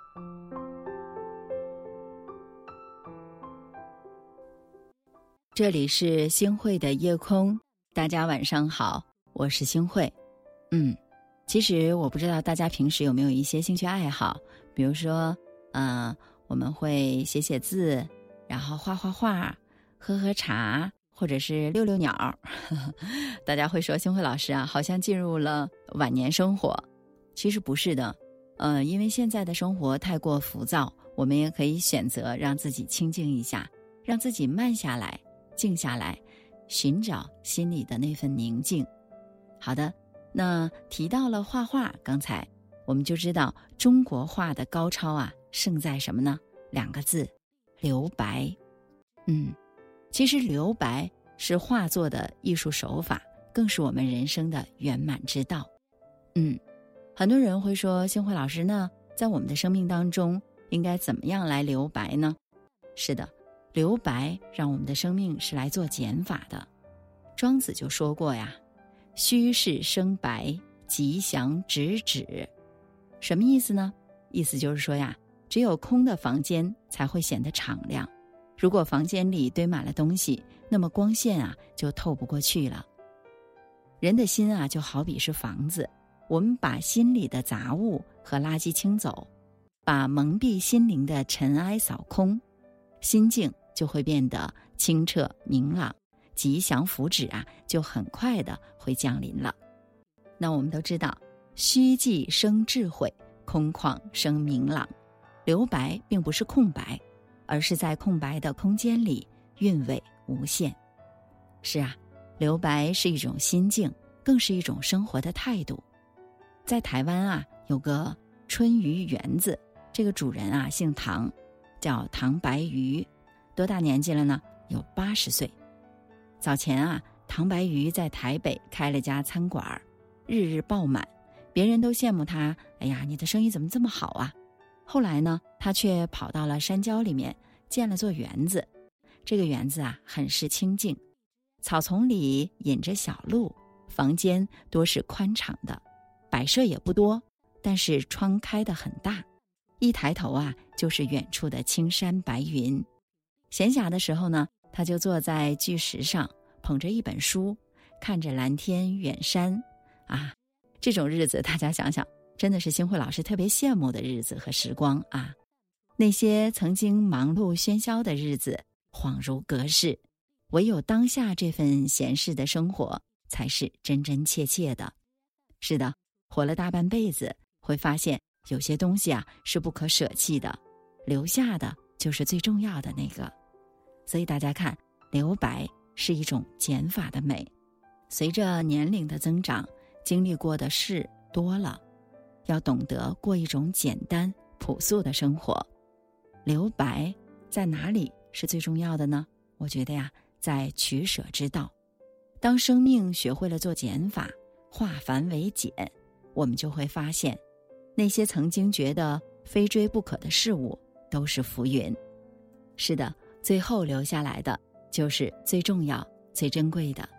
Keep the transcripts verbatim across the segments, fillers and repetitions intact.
这里是星慧的夜空，大家晚上好，我是星慧。嗯，其实我不知道大家平时有没有一些兴趣爱好，比如说，呃，我们会写写字，然后画画画，喝喝茶，或者是遛遛鸟。大家会说星慧老师啊，好像进入了晚年生活。其实不是的，呃，因为现在的生活太过浮躁，我们也可以选择让自己清静一下，让自己慢下来，静下来，寻找心里的那份宁静。好的，那提到了画画，刚才我们就知道中国画的高超啊，胜在什么呢？两个字，留白。嗯，其实留白是画作的艺术手法，更是我们人生的圆满之道。嗯，很多人会说，星慧老师呢，在我们的生命当中应该怎么样来留白呢？是的，留白让我们的生命是来做减法的。庄子就说过呀，虚室生白，吉祥直指。什么意思呢？意思就是说呀，只有空的房间才会显得敞亮。如果房间里堆满了东西，那么光线啊就透不过去了。人的心啊就好比是房子，我们把心里的杂物和垃圾清走，把蒙蔽心灵的尘埃扫空，心境就会变得清澈明朗，吉祥福祉啊就很快的会降临了。那我们都知道，虚寂生智慧，空旷生明朗。留白并不是空白，而是在空白的空间里韵味无限。是啊，留白是一种心境，更是一种生活的态度。在台湾啊，有个春鱼园子，这个主人啊姓唐，叫唐白鱼，多大年纪了呢？有八十岁。早前啊，唐白鱼在台北开了家餐馆，日日爆满，别人都羡慕他，哎呀，你的生意怎么这么好啊？后来呢，他却跑到了山郊里面建了座园子。这个园子啊很是清静，草丛里引着小路，房间多是宽敞的，摆设也不多，但是窗开得很大，一抬头啊就是远处的青山白云。闲暇的时候呢，他就坐在巨石上，捧着一本书，看着蓝天远山啊，这种日子大家想想，真的是星慧老师特别羡慕的日子和时光啊！那些曾经忙碌喧嚣的日子恍如隔世，唯有当下这份闲适的生活才是真真切切的。是的，活了大半辈子，会发现有些东西啊是不可舍弃的，留下的就是最重要的那个。所以大家看，留白是一种减法的美。随着年龄的增长，经历过的事多了，要懂得过一种简单朴素的生活。留白在哪里是最重要的呢？我觉得呀，在取舍之道。当生命学会了做减法，化繁为简，我们就会发现，那些曾经觉得非追不可的事物都是浮云。是的，最后留下来的就是最重要最珍贵的。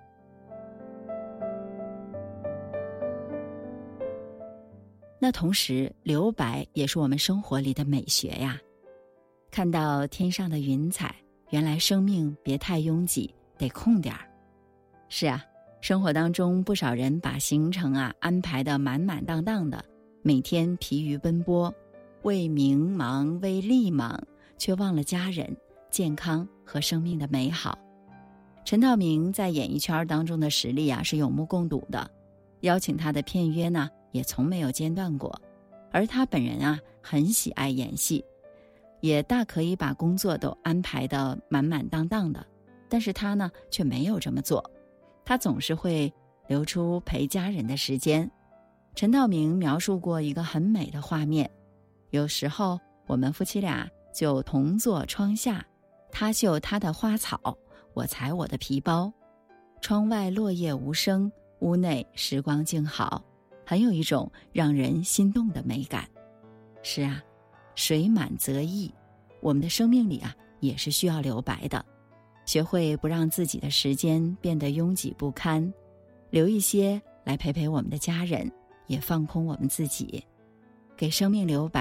那同时，留白也是我们生活里的美学呀。看到天上的云彩，原来生命别太拥挤，得空点儿。是啊，生活当中不少人把行程啊安排得满满当当的，每天疲于奔波，为名忙为利忙，却忘了家人、健康和生命的美好。陈道明在演艺圈当中的实力啊是有目共睹的，邀请他的片约呢也从没有间断过，而他本人啊很喜爱演戏，也大可以把工作都安排得满满当当的，但是他呢却没有这么做，他总是会留出陪家人的时间。陈道明描述过一个很美的画面，有时候我们夫妻俩就同坐窗下，他绣他的花草，我裁我的皮包，窗外落叶无声，屋内时光静好，很有一种让人心动的美感。是啊，水满则溢，我们的生命里啊也是需要留白的，学会不让自己的时间变得拥挤不堪，留一些来陪陪我们的家人，也放空我们自己，给生命留白，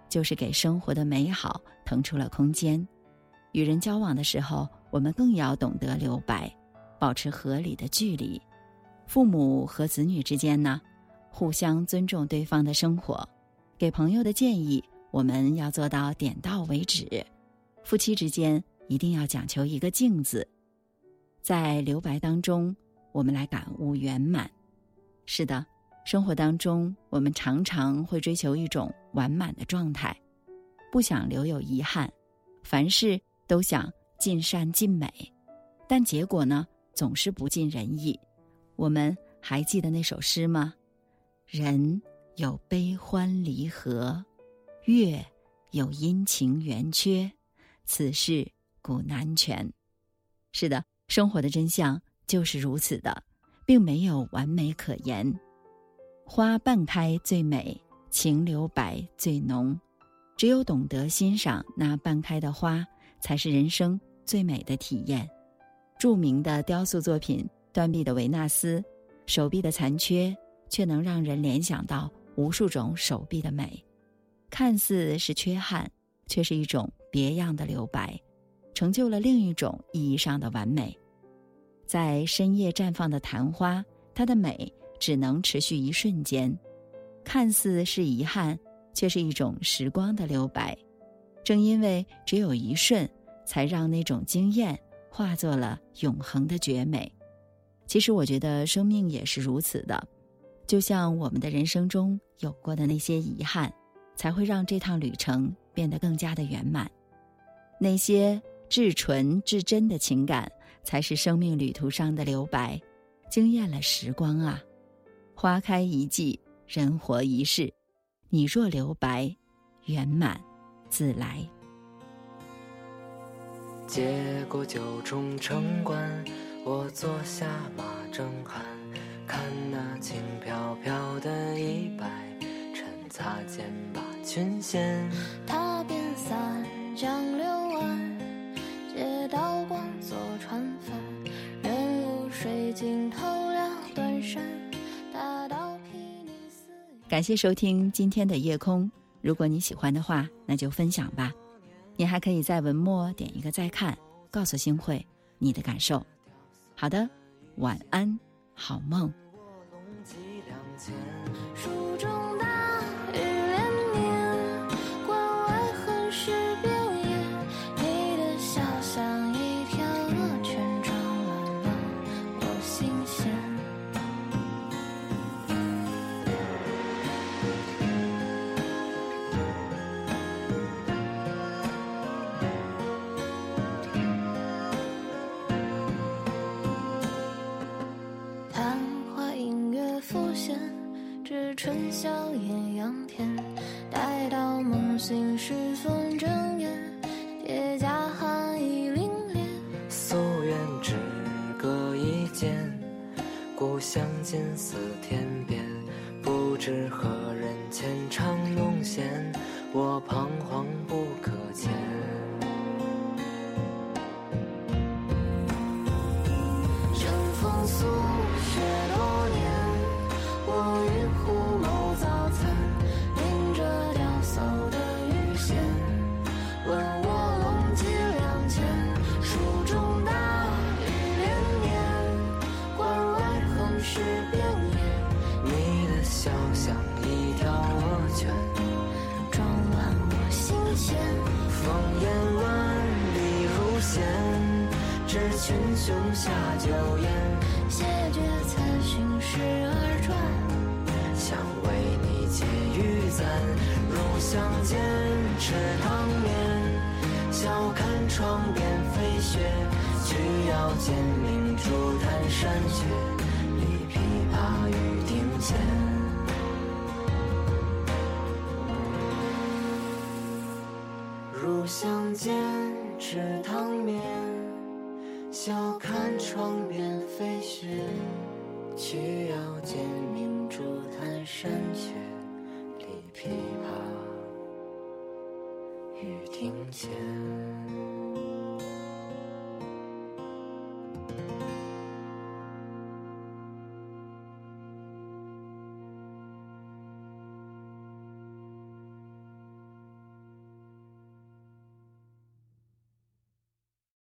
就是给生活的美好腾出了空间。与人交往的时候，我们更要懂得留白，保持合理的距离。父母和子女之间呢，互相尊重对方的生活。给朋友的建议，我们要做到点到为止。夫妻之间一定要讲求一个静字。在留白当中，我们来感悟圆满。是的，生活当中我们常常会追求一种完满的状态，不想留有遗憾，凡事都想尽善尽美，但结果呢，总是不尽人意。我们还记得那首诗吗？人有悲欢离合，月有阴晴圆缺，此事古难全。是的，生活的真相就是如此的，并没有完美可言。花半开最美，情留白最浓。只有懂得欣赏那半开的花，才是人生最美的体验。著名的雕塑作品断臂的维纳斯，手臂的残缺却能让人联想到无数种手臂的美。看似是缺憾，却是一种别样的留白，成就了另一种意义上的完美。在深夜绽放的昙花，它的美只能持续一瞬间，看似是遗憾，却是一种时光的留白。正因为只有一瞬，才让那种惊艳化作了永恒的绝美。其实我觉得生命也是如此的，就像我们的人生中有过的那些遗憾，才会让这趟旅程变得更加的圆满。那些至纯至真的情感，才是生命旅途上的留白，惊艳了时光啊！花开一季，人活一世，你若留白，圆满自来。 接过九重城关，我坐下马正酣，看那轻飘飘的衣摆，趁擦肩把裙掀。 踏遍三江六岸，借道光坐船帆，任流水尽头两端山，大道毗尼寺。 感谢收听今天的夜空，如果你喜欢的话，那就分享吧。你还可以在文末点一个再看，告诉星慧你的感受。好的，晚安，好梦。 书中大雨连绵，关外横尸遍野，你的笑像一条鹅圈，装乱了我心弦。昙花映月浮现，至春宵艳阳天。待到梦醒时分睁眼，铁甲寒意凛冽。 夙愿只隔一剑，故乡近似天边。不知何人牵肠弄弦，我彷徨不可前。 生风宿雪多年，我与虎谋早餐，迎着雕叟的羽线，问我龙脊两千。书中大雨连绵，关外横尸遍野， 你的笑像一条鹅圈， 装乱我心弦。 烽烟万里如线，知群雄下酒宴。 谢绝此心事而转， 想为你解玉簪，入相见，吃汤面，笑看窗边飞雪，曲腰间明珠弹山雀，立琵琶于庭前。入相见，吃汤面，笑看窗边飞雪，曲腰间明珠弹山雀，立琵琶于庭前。